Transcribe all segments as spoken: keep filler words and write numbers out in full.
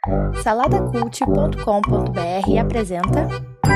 salada cult ponto com ponto b r apresenta...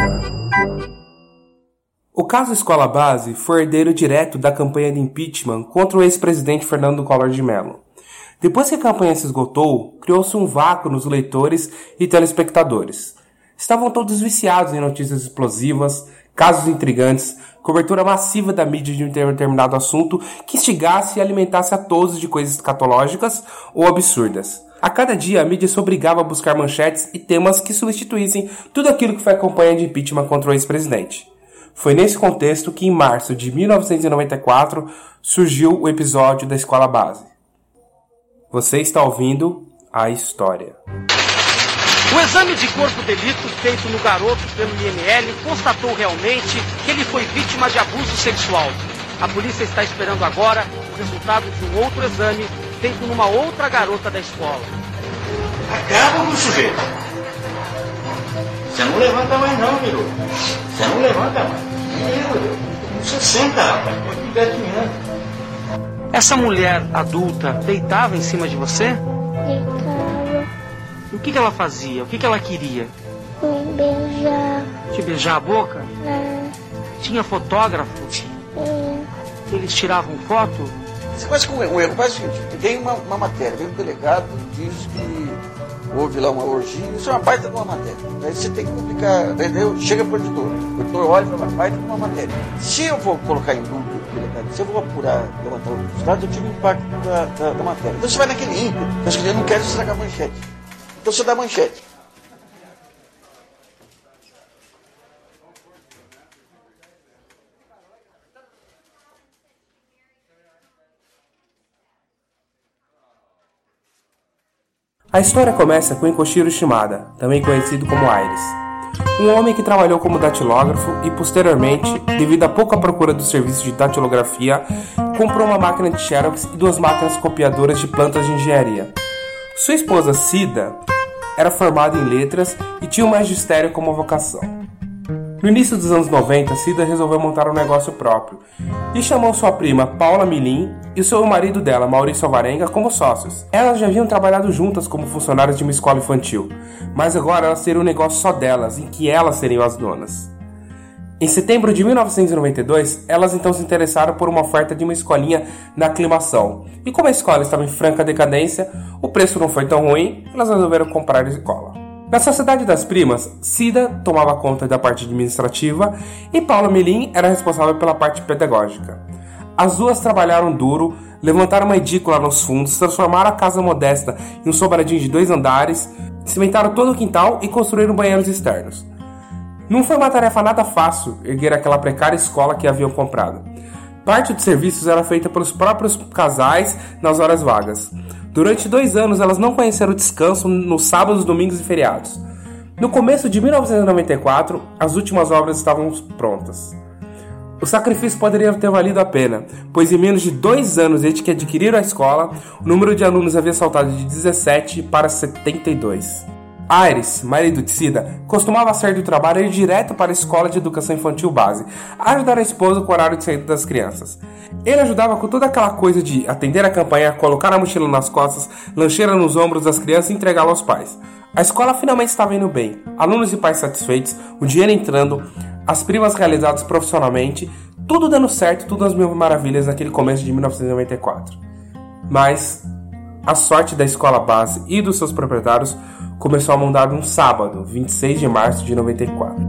O caso Escola Base foi herdeiro direto da campanha de impeachment contra o ex-presidente Fernando Collor de Mello. Depois que a campanha se esgotou, criou-se um vácuo nos leitores e telespectadores. Estavam todos viciados em notícias explosivas, casos intrigantes, cobertura massiva da mídia de um determinado assunto que instigasse e alimentasse a todos de coisas escatológicas ou absurdas. A cada dia, a mídia se obrigava a buscar manchetes e temas que substituíssem tudo aquilo que foi a campanha de impeachment contra o ex-presidente. Foi nesse contexto que, em março de mil novecentos e noventa e quatro, surgiu o episódio da Escola Base. Você está ouvindo a história. O exame de corpo de delito feito no garoto pelo I M L constatou realmente que ele foi vítima de abuso sexual. A polícia está esperando agora o resultado de um outro exame feito numa outra garota da escola. Acaba com o sujeito. Você não levanta mais não, Miru. Você não levanta mais. Você senta, rapaz. Pode ficar adivinhando. Essa mulher adulta deitava em cima de você? Deitava. O que, que ela fazia? O que, que ela queria? Me beijar. Te beijar a boca? É. Tinha fotógrafo? É. Eles tiravam foto? Você faz com o erro, faz o seguinte, vem uma, uma matéria, vem um delegado, diz que houve lá uma orgia, isso é uma baita de uma matéria. Aí você tem que publicar, entendeu? Chega para o editor, o editor olha e fala, uma baita de uma matéria. Se eu vou colocar em dúvida o delegado, se eu vou apurar, levantar os dados, eu tiro o impacto da, da, da matéria. Então você vai naquele ímpeto, mas que eu não quero estragar a manchete. Então você dá manchete. A história começa com Koichiro Shimada, também conhecido como Aires, um homem que trabalhou como datilógrafo e, posteriormente, devido à pouca procura do serviço de datilografia, comprou uma máquina de Xerox e duas máquinas copiadoras de plantas de engenharia. Sua esposa, Cida, era formada em letras e tinha o magistério como vocação. No início dos anos noventa, Cida resolveu montar um negócio próprio e chamou sua prima Paula Milim e seu marido dela, Maurício Alvarenga, como sócios. Elas já haviam trabalhado juntas como funcionárias de uma escola infantil, mas agora elas teriam um negócio só delas, em que elas seriam as donas. Em setembro de mil novecentos e noventa e dois, elas então se interessaram por uma oferta de uma escolinha na Aclimação. E como a escola estava em franca decadência, o preço não foi tão ruim, elas resolveram comprar a escola. Na Sociedade das Primas, Cida tomava conta da parte administrativa e Paula Milim era responsável pela parte pedagógica. As duas trabalharam duro, levantaram uma edícula nos fundos, transformaram a casa modesta em um sobradinho de dois andares, cimentaram todo o quintal e construíram banheiros externos. Não foi uma tarefa nada fácil erguer aquela precária escola que haviam comprado. Parte dos serviços era feita pelos próprios casais nas horas vagas. Durante dois anos, elas não conheceram descanso nos sábados, domingos e feriados. No começo de mil novecentos e noventa e quatro, as últimas obras estavam prontas. O sacrifício poderia ter valido a pena, pois em menos de dois anos desde que adquiriram a escola, o número de alunos havia saltado de dezessete para setenta e dois. Aires, marido de Cida, costumava sair do trabalho e ir direto para a escola de educação infantil base, a ajudar a esposa com o horário de saída das crianças. Ele ajudava com toda aquela coisa de atender a campanha, colocar a mochila nas costas, lancheira nos ombros das crianças e entregá-la aos pais. A escola finalmente estava indo bem, alunos e pais satisfeitos, o dinheiro entrando, as primas realizadas profissionalmente, tudo dando certo, tudo às mil maravilhas naquele começo de mil novecentos e noventa e quatro. Mas a sorte da escola base e dos seus proprietários começou a mudar num sábado, vinte e seis de março de noventa e quatro.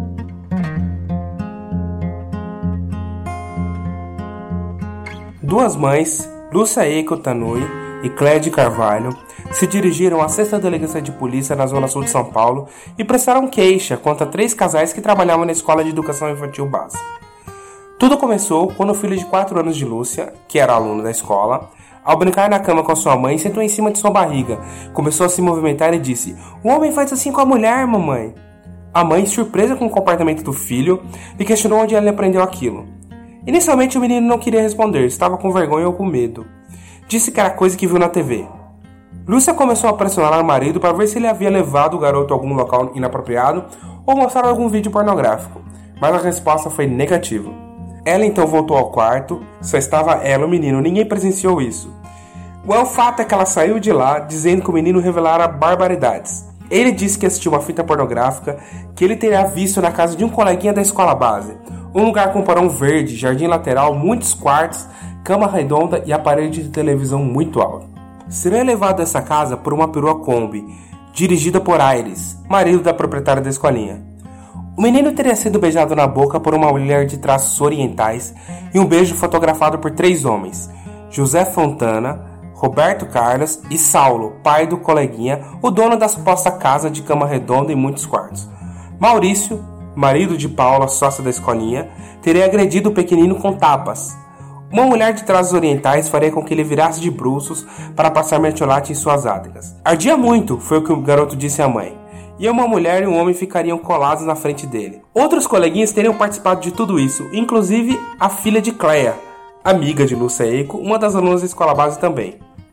Duas mães, Lúcia Eiko Tanui e Cléide Carvalho, se dirigiram à sexta Delegacia de Polícia na Zona Sul de São Paulo e prestaram queixa contra três casais que trabalhavam na Escola de Educação Infantil Base. Tudo começou quando o filho de quatro anos de Lúcia, que era aluno da escola, ao brincar na cama com a sua mãe, sentou em cima de sua barriga, começou a se movimentar e disse: "O homem faz assim com a mulher, mamãe." A mãe, surpresa com o comportamento do filho, lhe questionou onde ele aprendeu aquilo. Inicialmente o menino não queria responder, estava com vergonha ou com medo. Disse que era coisa que viu na T V. Lúcia começou a pressionar o marido para ver se ele havia levado o garoto a algum local inapropriado ou mostrado algum vídeo pornográfico, mas a resposta foi negativa. Ela então voltou ao quarto, só estava ela e o menino, ninguém presenciou isso. O fato é que ela saiu de lá dizendo que o menino revelara barbaridades. Ele disse que assistiu uma fita pornográfica que ele teria visto na casa de um coleguinha da escola base. Um lugar com porão verde, jardim lateral, muitos quartos, cama redonda e aparelho de televisão muito alto. Seria levado a essa casa por uma perua Kombi, dirigida por Aires, marido da proprietária da escolinha. O menino teria sido beijado na boca por uma mulher de traços orientais e um beijo fotografado por três homens, José Fontana, Roberto Carlos e Saulo, pai do coleguinha, o dono da suposta casa de cama redonda e muitos quartos. Maurício, marido de Paula, sócia da escolinha, teria agredido o pequenino com tapas. Uma mulher de traços orientais faria com que ele virasse de bruços para passar mertiolate em suas ádegas. Ardia muito, foi o que o garoto disse à mãe. E uma mulher e um homem ficariam colados na frente dele. Outros coleguinhas teriam participado de tudo isso, inclusive a filha de Cleia, amiga de Lúcia Eico, uma das alunas da escola base também.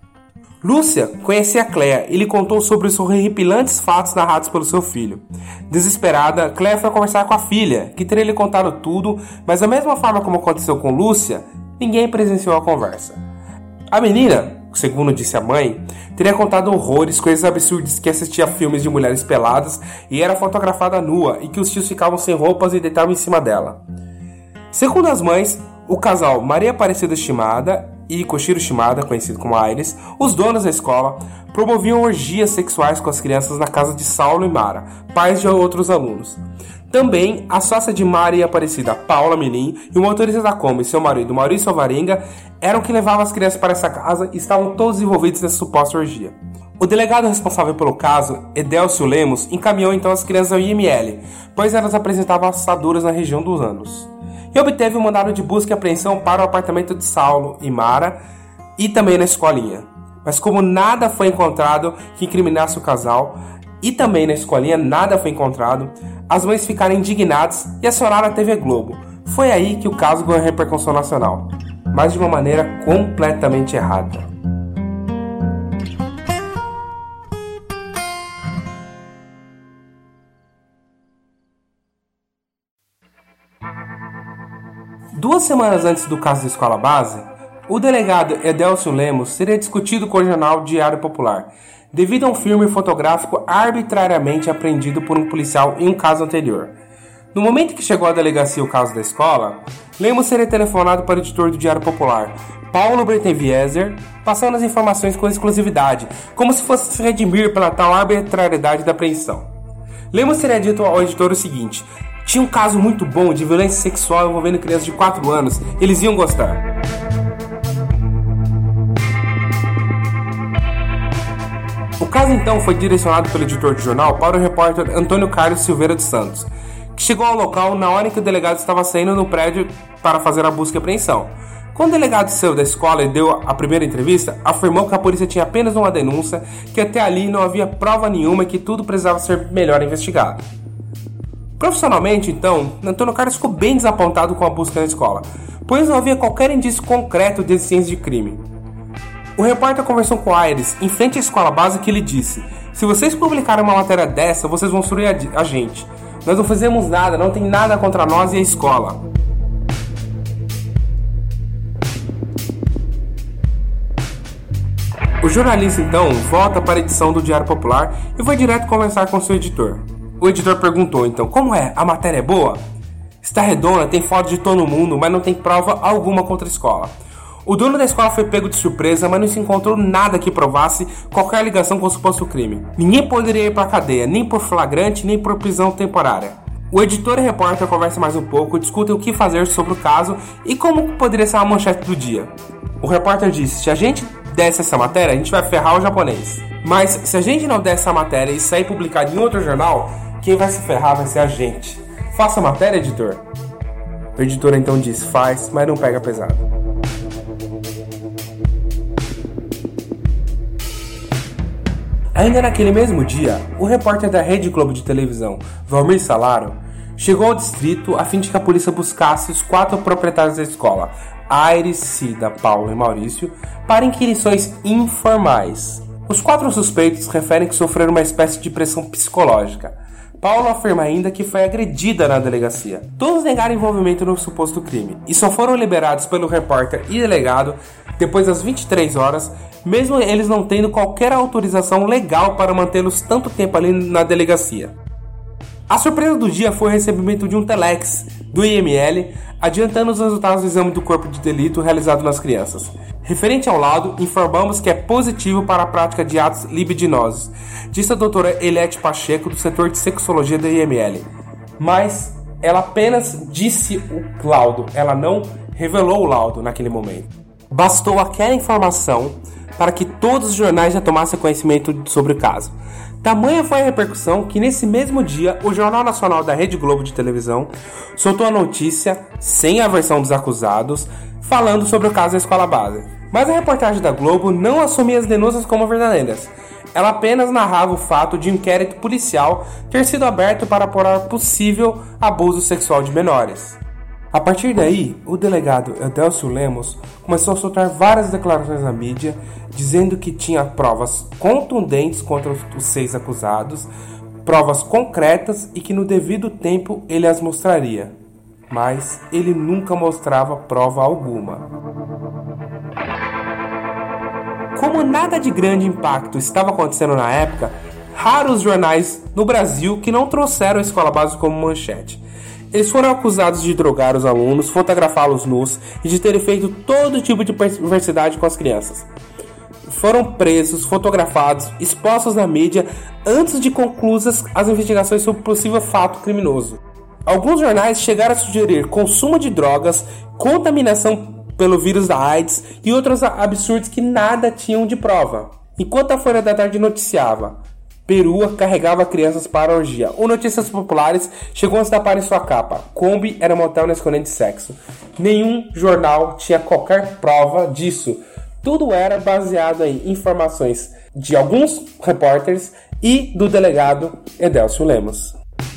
Lúcia conhecia Cleia e lhe contou sobre os horripilantes fatos narrados pelo seu filho. Desesperada, Cleia foi conversar com a filha, que teria lhe contado tudo, mas da mesma forma como aconteceu com Lúcia, ninguém presenciou a conversa. A menina, segundo disse a mãe, teria contado horrores, coisas absurdas, que assistia a filmes de mulheres peladas e era fotografada nua e que os tios ficavam sem roupas e deitavam em cima dela. Segundo as mães, o casal Maria Aparecida Shimada e Koshiro Shimada, conhecido como Aires, os donos da escola, promoviam orgias sexuais com as crianças na casa de Saulo e Mara, pais de outros alunos. Também a sócia de Maria Aparecida, Paula Mirim, e o motorista da Kombi, seu marido Maurício Alvarenga, eram que levavam as crianças para essa casa e estavam todos envolvidos nessa suposta orgia. O delegado responsável pelo caso, Edélcio Lemos, encaminhou então as crianças ao I M L, pois elas apresentavam assaduras na região dos ânus. E obteve um mandado de busca e apreensão para o apartamento de Saulo e Mara e também na escolinha. Mas como nada foi encontrado que incriminasse o casal e também na escolinha nada foi encontrado, as mães ficaram indignadas e acionaram a T V Globo. Foi aí que o caso ganhou repercussão nacional, mas de uma maneira completamente errada. Duas semanas antes do caso da escola base, o delegado Edélcio Lemos seria discutido com o jornal Diário Popular, devido a um filme fotográfico arbitrariamente apreendido por um policial em um caso anterior. No momento que chegou à delegacia o caso da escola, Lemos seria telefonado para o editor do Diário Popular, Paulo Breitenwieser, passando as informações com exclusividade, como se fosse se redimir pela tal arbitrariedade da apreensão. Lemos teria dito ao editor o seguinte: tinha um caso muito bom de violência sexual envolvendo crianças de quatro anos, eles iam gostar. O caso então foi direcionado pelo editor do jornal para o repórter Antônio Carlos Silveira dos Santos, que chegou ao local na hora em que o delegado estava saindo no prédio para fazer a busca e apreensão. Quando o delegado saiu da escola e deu a primeira entrevista, afirmou que a polícia tinha apenas uma denúncia, que até ali não havia prova nenhuma e que tudo precisava ser melhor investigado. Profissionalmente, então, Antônio Carlos ficou bem desapontado com a busca na escola, pois não havia qualquer indício concreto de existência de crime. O repórter conversou com Aires em frente à escola base que ele disse: se vocês publicarem uma matéria dessa, vocês vão destruir a gente. Nós não fizemos nada, não tem nada contra nós e a escola. O jornalista então volta para a edição do Diário Popular e vai direto conversar com seu editor. O editor perguntou então: como é? A matéria é boa? Está redonda, tem foto de todo mundo, mas não tem prova alguma contra a escola. O dono da escola foi pego de surpresa, mas não se encontrou nada que provasse qualquer ligação com o suposto crime. Ninguém poderia ir para a cadeia, nem por flagrante, nem por prisão temporária. O editor e o repórter conversam mais um pouco, discutem o que fazer sobre o caso e como poderia ser a manchete do dia. O repórter disse: se a gente desse essa matéria, a gente vai ferrar o japonês. Mas se a gente não der essa matéria e sair publicada em outro jornal, quem vai se ferrar vai ser a gente. Faça a matéria, editor. O editor então disse: faz, mas não pega pesado. Ainda naquele mesmo dia, o repórter da Rede Globo de televisão, Valmir Salaro, chegou ao distrito a fim de que a polícia buscasse os quatro proprietários da escola, Aires, Cida, Paulo e Maurício, para inquirições informais. Os quatro suspeitos referem que sofreram uma espécie de pressão psicológica. Paulo afirma ainda que foi agredida na delegacia. Todos negaram envolvimento no suposto crime e só foram liberados pelo repórter e delegado depois das vinte e três horas, mesmo eles não tendo qualquer autorização legal para mantê-los tanto tempo ali na delegacia. A surpresa do dia foi o recebimento de um telex do I M L adiantando os resultados do exame do corpo de delito realizado nas crianças. Referente ao laudo, informamos que é positivo para a prática de atos libidinosos, disse a doutora Eliette Pacheco, do setor de sexologia da I M L. Mas ela apenas disse o laudo, ela não revelou o laudo naquele momento. Bastou aquela informação para que todos os jornais já tomassem conhecimento sobre o caso. Tamanha foi a repercussão que nesse mesmo dia o Jornal Nacional da Rede Globo de televisão soltou a notícia, sem a versão dos acusados, falando sobre o caso da escola base. Mas a reportagem da Globo não assumia as denúncias como verdadeiras. Ela apenas narrava o fato de um inquérito policial ter sido aberto para apurar possível abuso sexual de menores. A partir daí, o delegado Eudélcio Lemos começou a soltar várias declarações na mídia, dizendo que tinha provas contundentes contra os seis acusados, provas concretas e que no devido tempo ele as mostraria. Mas ele nunca mostrava prova alguma. Como nada de grande impacto estava acontecendo na época, raros jornais no Brasil que não trouxeram a escola base como manchete. Eles foram acusados de drogar os alunos, fotografá-los nus e de terem feito todo tipo de perversidade com as crianças. Foram presos, fotografados, expostos na mídia antes de conclusas as investigações sobre possível fato criminoso. Alguns jornais chegaram a sugerir consumo de drogas, contaminação pelo vírus da AIDS e outros absurdos que nada tinham de prova. Enquanto a Folha da Tarde noticiava: perua carregava crianças para a orgia. O Notícias Populares chegou a destapar em sua capa: Kombi era motel na escolinha de sexo. Nenhum jornal tinha qualquer prova disso. Tudo era baseado em informações de alguns repórteres e do delegado Eudélcio Lemos.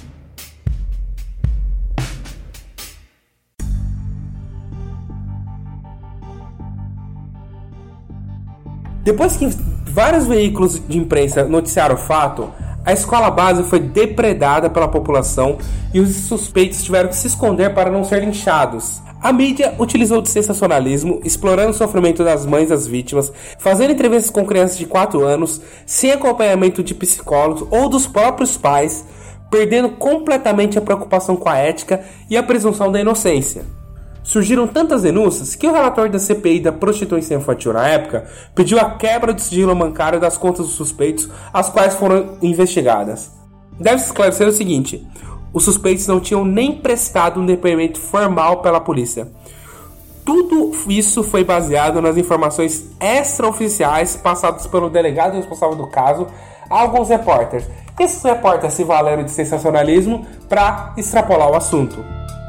Depois que vários veículos de imprensa noticiaram o fato, a escola base foi depredada pela população e os suspeitos tiveram que se esconder para não ser linchados. A mídia utilizou de sensacionalismo, explorando o sofrimento das mães das vítimas, fazendo entrevistas com crianças de quatro anos, sem acompanhamento de psicólogos ou dos próprios pais, perdendo completamente a preocupação com a ética e a presunção da inocência. Surgiram tantas denúncias que o relator da C P I da prostituição infantil na época pediu a quebra do sigilo bancário das contas dos suspeitos, as quais foram investigadas. Deve-se esclarecer o seguinte: os suspeitos não tinham nem prestado um depoimento formal pela polícia. Tudo isso foi baseado nas informações extraoficiais passadas pelo delegado responsável do caso a alguns repórteres. Esses repórteres se valeram de sensacionalismo para extrapolar o assunto.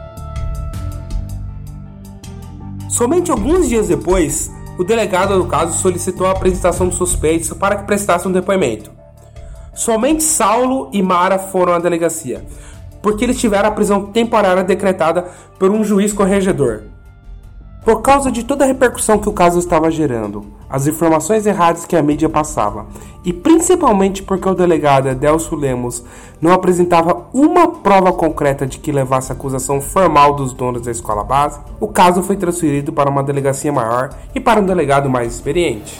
Somente alguns dias depois, o delegado do caso solicitou a apresentação dos suspeitos para que prestassem um depoimento. Somente Saulo e Mara foram à delegacia, porque eles tiveram a prisão temporária decretada por um juiz corregedor. Por causa de toda a repercussão que o caso estava gerando, as informações erradas que a mídia passava, e principalmente porque o delegado Eudélcio Lemos não apresentava uma prova concreta de que levasse a acusação formal dos donos da escola base, o caso foi transferido para uma delegacia maior e para um delegado mais experiente.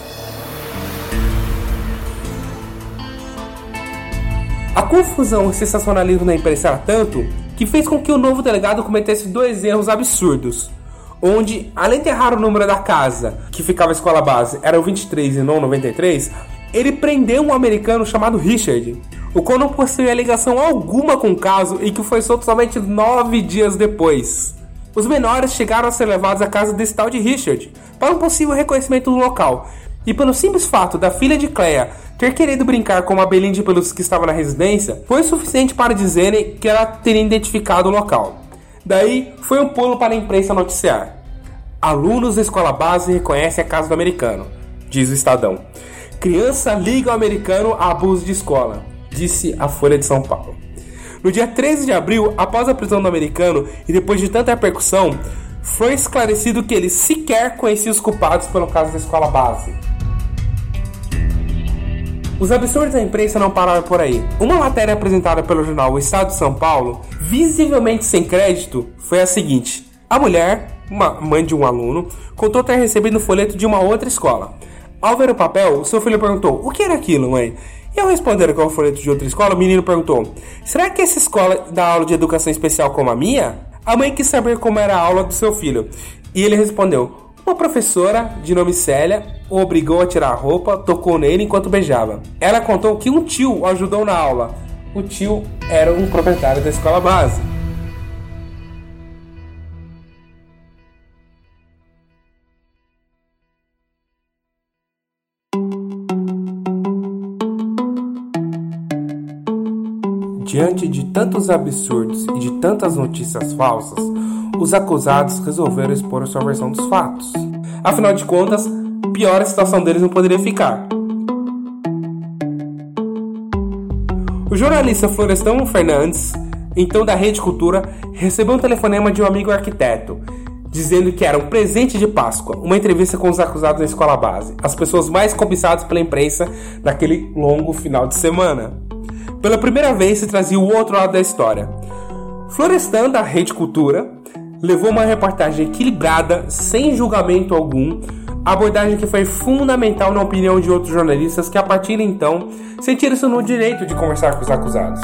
A confusão e sensacionalismo da imprensa era tanto que fez com que o novo delegado cometesse dois erros absurdos, onde, além de errar o número da casa que ficava a escola base, era o vinte e três e não o noventa e três, ele prendeu um americano chamado Richard, o qual não possuía ligação alguma com o caso e que foi solto somente nove dias depois. Os menores chegaram a ser levados à casa desse tal de Richard para um possível reconhecimento do local, e pelo simples fato da filha de Cleia ter querido brincar com uma belinha de pelúcia que estava na residência, foi suficiente para dizerem que ela teria identificado o local. Daí foi um pulo para a imprensa noticiar: alunos da escola base reconhecem a casa do americano, diz o Estadão. Criança liga ao americano a abuso de escola, disse a Folha de São Paulo. No dia treze de abril, após a prisão do americano e depois de tanta repercussão, foi esclarecido que ele sequer conhecia os culpados pelo caso da escola base. Os absurdos da imprensa não pararam por aí. Uma matéria apresentada pelo jornal O Estado de São Paulo, visivelmente sem crédito, foi a seguinte: a mulher, uma mãe de um aluno, contou ter recebido um folheto de uma outra escola. Ao ver o papel, seu filho perguntou: o que era aquilo, mãe? E ao responder que é o folheto de outra escola, o menino perguntou: será que essa escola dá aula de educação especial como a minha? A mãe quis saber como era a aula do seu filho, e ele respondeu: uma professora, de nome Célia, o obrigou a tirar a roupa, tocou nele enquanto beijava. Ela contou que um tio o ajudou na aula. O tio era um proprietário da escola base. Diante de tantos absurdos e de tantas notícias falsas, os acusados resolveram expor a sua versão dos fatos. Afinal de contas, pior a situação deles não poderia ficar. O jornalista Florestan Fernandes, então da Rede Cultura, recebeu um telefonema de um amigo arquiteto, dizendo que era um presente de Páscoa, uma entrevista com os acusados na escola base, as pessoas mais cobiçadas pela imprensa naquele longo final de semana. Pela primeira vez se trazia o outro lado da história. Florestan, da Rede Cultura, levou uma reportagem equilibrada, sem julgamento algum, abordagem que foi fundamental na opinião de outros jornalistas que, a partir de então, sentiram-se no direito de conversar com os acusados.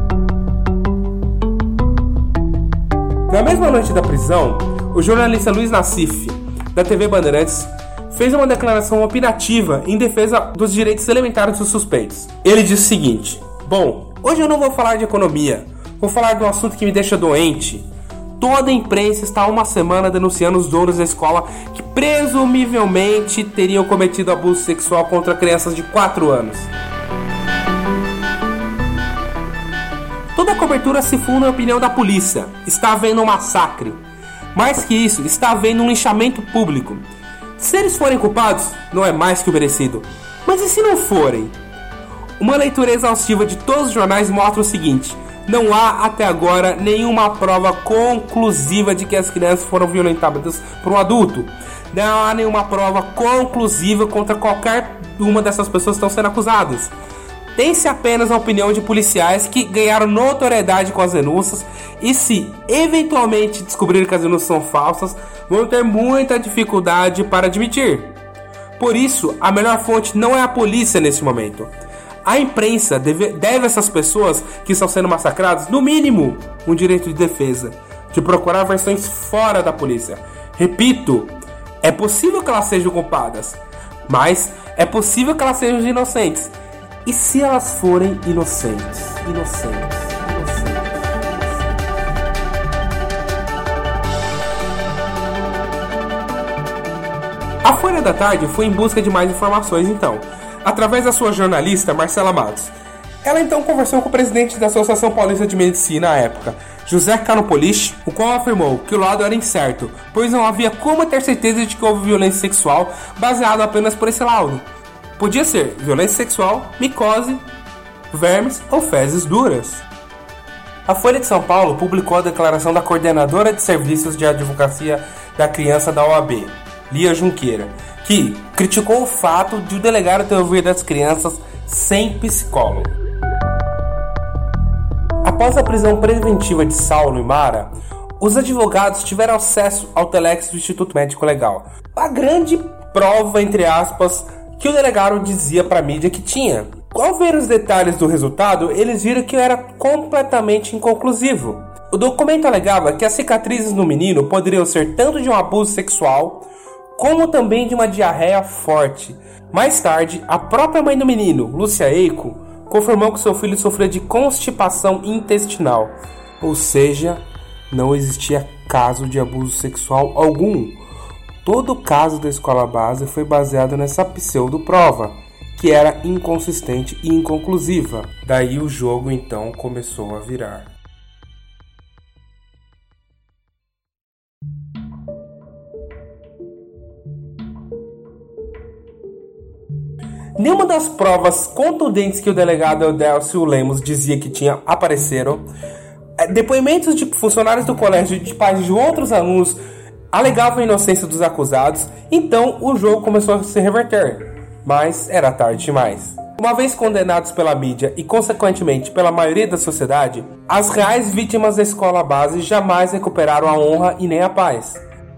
Na mesma noite da prisão, o jornalista Luiz Nassif, da T V Bandeirantes, fez uma declaração opinativa em defesa dos direitos elementares dos suspeitos. Ele disse o seguinte: bom, hoje eu não vou falar de economia, vou falar de um assunto que me deixa doente. Toda a imprensa está há uma semana denunciando os donos da escola que presumivelmente teriam cometido abuso sexual contra crianças de quatro anos. Toda a cobertura se funda na opinião da polícia. Está havendo um massacre. Mais que isso, está havendo um linchamento público. Se eles forem culpados, não é mais que merecido. Mas e se não forem? Uma leitura exaustiva de todos os jornais mostra o seguinte: não há até agora nenhuma prova conclusiva de que as crianças foram violentadas por um adulto. Não há nenhuma prova conclusiva contra qualquer uma dessas pessoas que estão sendo acusadas. Tem-se apenas a opinião de policiais que ganharam notoriedade com as denúncias e, se eventualmente descobrirem que as denúncias são falsas, vão ter muita dificuldade para admitir. Por isso, a melhor fonte não é a polícia nesse momento. A imprensa deve, deve a essas pessoas que estão sendo massacradas, no mínimo, um direito de defesa, de procurar versões fora da polícia. Repito, é possível que elas sejam culpadas, mas é possível que elas sejam inocentes. E se elas forem inocentes? Inocentes. Inocentes. A Folha da Tarde foi em busca de mais informações, então, através da sua jornalista Marcela Matos. Ela então conversou com o presidente da Associação Paulista de Medicina à época, José Canopolich, o qual afirmou que o laudo era incerto, pois não havia como ter certeza de que houve violência sexual baseado apenas por esse laudo. Podia ser violência sexual, micose, vermes ou fezes duras. A Folha de São Paulo publicou a declaração da coordenadora de serviços de advocacia da criança da O A B, Lia Junqueira, que criticou o fato de o delegado ter ouvido as crianças sem psicólogo. Após a prisão preventiva de Saulo e Mara, os advogados tiveram acesso ao telex do Instituto Médico Legal. A grande prova, entre aspas, que o delegado dizia para a mídia que tinha. Ao ver os detalhes do resultado, eles viram que era completamente inconclusivo. O documento alegava que as cicatrizes no menino poderiam ser tanto de um abuso sexual, como também de uma diarreia forte. Mais tarde, a própria mãe do menino, Lúcia Eico, confirmou que seu filho sofria de constipação intestinal. Ou seja, não existia caso de abuso sexual algum. Todo o caso da escola base foi baseado nessa pseudo-prova, que era inconsistente e inconclusiva. Daí o jogo então começou a virar. Nenhuma das provas contundentes que o delegado Eudélcio Lemos dizia que tinha apareceram. Depoimentos de funcionários do colégio e de pais de outros alunos alegavam a inocência dos acusados, então o jogo começou a se reverter, mas era tarde demais. Uma vez condenados pela mídia e, consequentemente, pela maioria da sociedade, as reais vítimas da escola base jamais recuperaram a honra e nem a paz.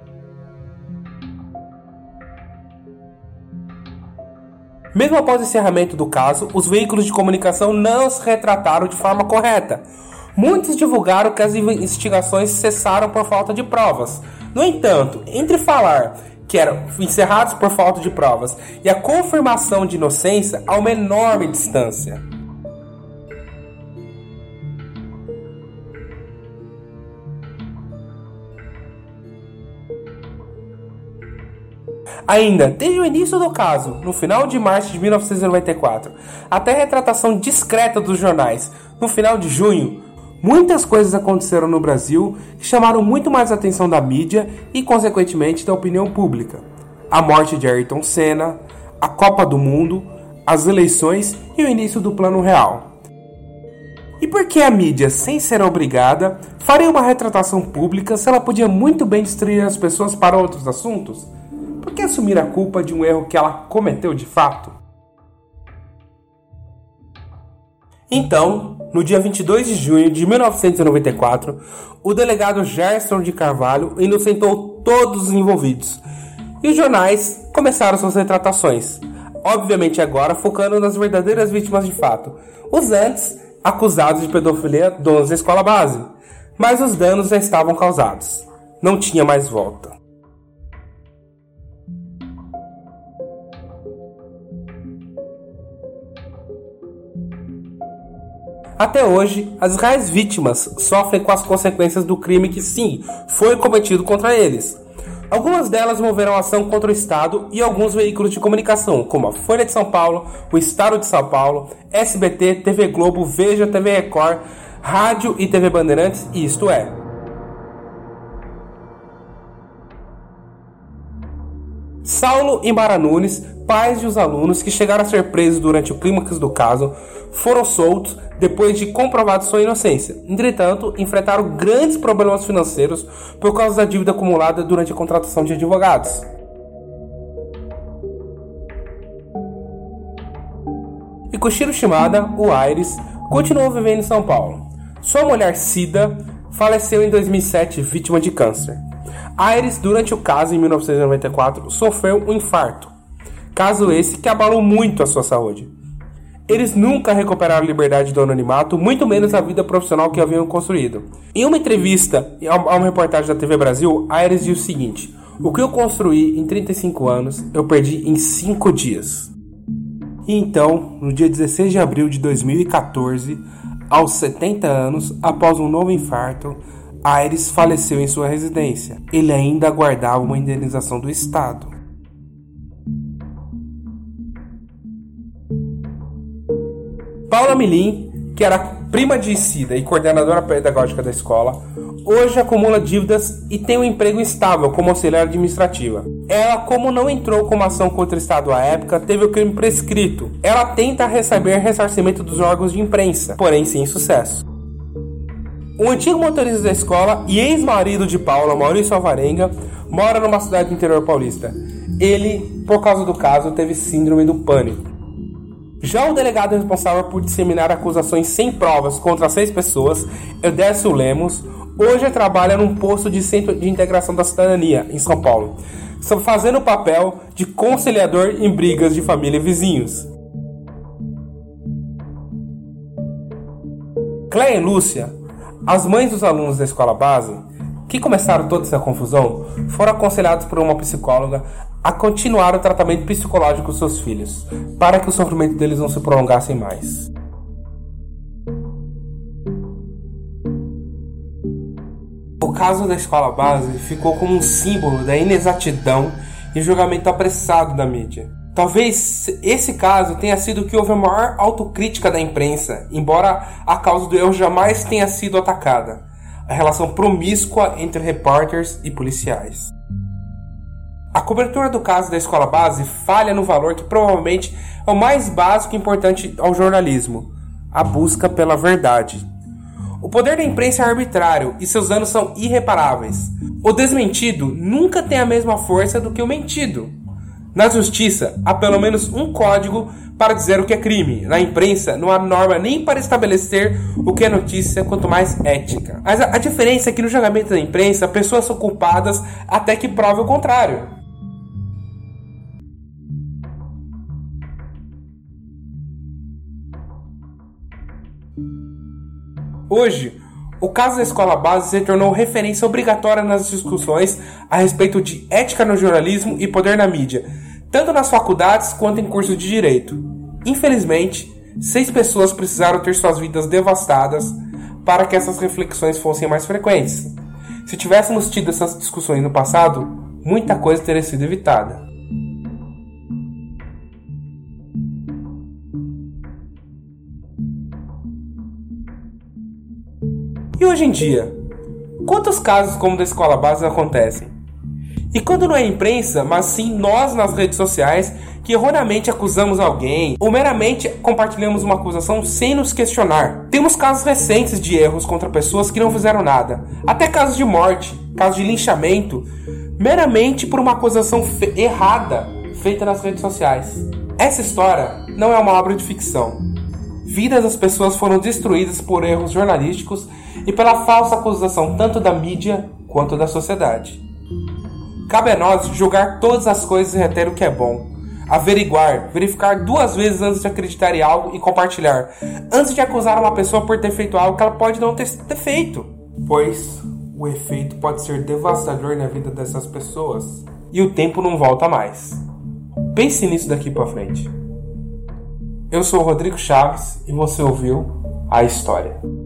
Mesmo após o encerramento do caso, os veículos de comunicação não se retrataram de forma correta. Muitos divulgaram que as investigações cessaram por falta de provas. No entanto, entre falar que eram encerrados por falta de provas e a confirmação de inocência, há uma enorme distância. Ainda, desde o início do caso, no final de março de mil novecentos e noventa e quatro, até a retratação discreta dos jornais, no final de junho, muitas coisas aconteceram no Brasil que chamaram muito mais a atenção da mídia e, consequentemente, da opinião pública. A morte de Ayrton Senna, a Copa do Mundo, as eleições e o início do Plano Real. E por que a mídia, sem ser obrigada, faria uma retratação pública se ela podia muito bem distrair as pessoas para outros assuntos? Por que assumir a culpa de um erro que ela cometeu de fato? Então, no dia vinte e dois de junho de mil novecentos e noventa e quatro, o delegado Gerson de Carvalho inocentou todos os envolvidos. E os jornais começaram suas retratações. Obviamente agora focando nas verdadeiras vítimas de fato. Os antes acusados de pedofilia, donos da escola base. Mas os danos já estavam causados. Não tinha mais volta. Até hoje, as reais vítimas sofrem com as consequências do crime que, sim, foi cometido contra eles. Algumas delas moveram ação contra o Estado e alguns veículos de comunicação, como a Folha de São Paulo, o Estado de São Paulo, S B T, T V Globo, Veja, T V Record, Rádio e T V Bandeirantes, e Isto É. Saulo e Mara Nunes, pais de os alunos que chegaram a ser presos durante o clímax do caso, foram soltos depois de comprovada sua inocência. Entretanto, enfrentaram grandes problemas financeiros por causa da dívida acumulada durante a contratação de advogados. E Koshiro Shimada, o Aires, continuou vivendo em São Paulo. Sua mulher Cida faleceu em dois mil e sete vítima de câncer. Aires, durante o caso em mil novecentos e noventa e quatro, sofreu um infarto. Caso esse que abalou muito a sua saúde. Eles nunca recuperaram a liberdade do anonimato, muito menos a vida profissional que haviam construído. Em uma entrevista a uma reportagem da T V Brasil, Aires disse o seguinte: "O que eu construí em trinta e cinco anos, eu perdi em cinco dias." E então, no dia dezesseis de abril de dois mil e quatorze, aos setenta anos, após um novo infarto, Aires faleceu em sua residência. Ele ainda aguardava uma indenização do Estado. Paula Milim, que era prima de Cida e coordenadora pedagógica da escola, hoje acumula dívidas e tem um emprego estável como auxiliar administrativa. Ela, como não entrou com uma ação contra o Estado à época, teve o crime prescrito. Ela tenta receber ressarcimento dos órgãos de imprensa, porém sem sucesso. O antigo motorista da escola e ex-marido de Paula, Maurício Alvarenga, mora numa cidade do interior paulista. Ele, por causa do caso, teve síndrome do pânico. Já o delegado responsável por disseminar acusações sem provas contra seis pessoas, Edércio Lemos, hoje trabalha num posto de Centro de Integração da Cidadania, em São Paulo, fazendo o papel de conciliador em brigas de família e vizinhos. Cléia e Lúcia, as mães dos alunos da escola base, que começaram toda essa confusão, foram aconselhados por uma psicóloga a continuar o tratamento psicológico dos seus filhos, para que o sofrimento deles não se prolongasse mais. O caso da escola base ficou como um símbolo da inexatidão e julgamento apressado da mídia. Talvez esse caso tenha sido o que houve a maior autocrítica da imprensa, embora a causa do erro jamais tenha sido atacada: a relação promíscua entre repórteres e policiais. A cobertura do caso da escola base falha no valor que provavelmente é o mais básico e importante ao jornalismo: a busca pela verdade. O poder da imprensa é arbitrário e seus danos são irreparáveis. O desmentido nunca tem a mesma força do que o mentido. Na justiça, há pelo menos um código para dizer o que é crime. Na imprensa, não há norma nem para estabelecer o que é notícia, quanto mais ética. Mas a, a diferença é que no julgamento da imprensa, pessoas são culpadas até que prove o contrário. Hoje, o caso da escola base se tornou referência obrigatória nas discussões a respeito de ética no jornalismo e poder na mídia, tanto nas faculdades quanto em cursos de direito. Infelizmente, seis pessoas precisaram ter suas vidas devastadas para que essas reflexões fossem mais frequentes. Se tivéssemos tido essas discussões no passado, muita coisa teria sido evitada. E hoje em dia, quantos casos como o da escola base acontecem? E quando não é a imprensa, mas sim nós nas redes sociais, que erroneamente acusamos alguém, ou meramente compartilhamos uma acusação sem nos questionar. Temos casos recentes de erros contra pessoas que não fizeram nada, até casos de morte, casos de linchamento, meramente por uma acusação fe- errada feita nas redes sociais. Essa história não é uma obra de ficção. Vidas das pessoas foram destruídas por erros jornalísticos e pela falsa acusação tanto da mídia quanto da sociedade. Cabe a nós julgar todas as coisas e reter o que é bom, averiguar, verificar duas vezes antes de acreditar em algo e compartilhar, antes de acusar uma pessoa por ter feito algo que ela pode não ter, ter feito, pois o efeito pode ser devastador na vida dessas pessoas e o tempo não volta mais. Pense nisso daqui pra frente. Eu sou o Rodrigo Chaves e você ouviu A História.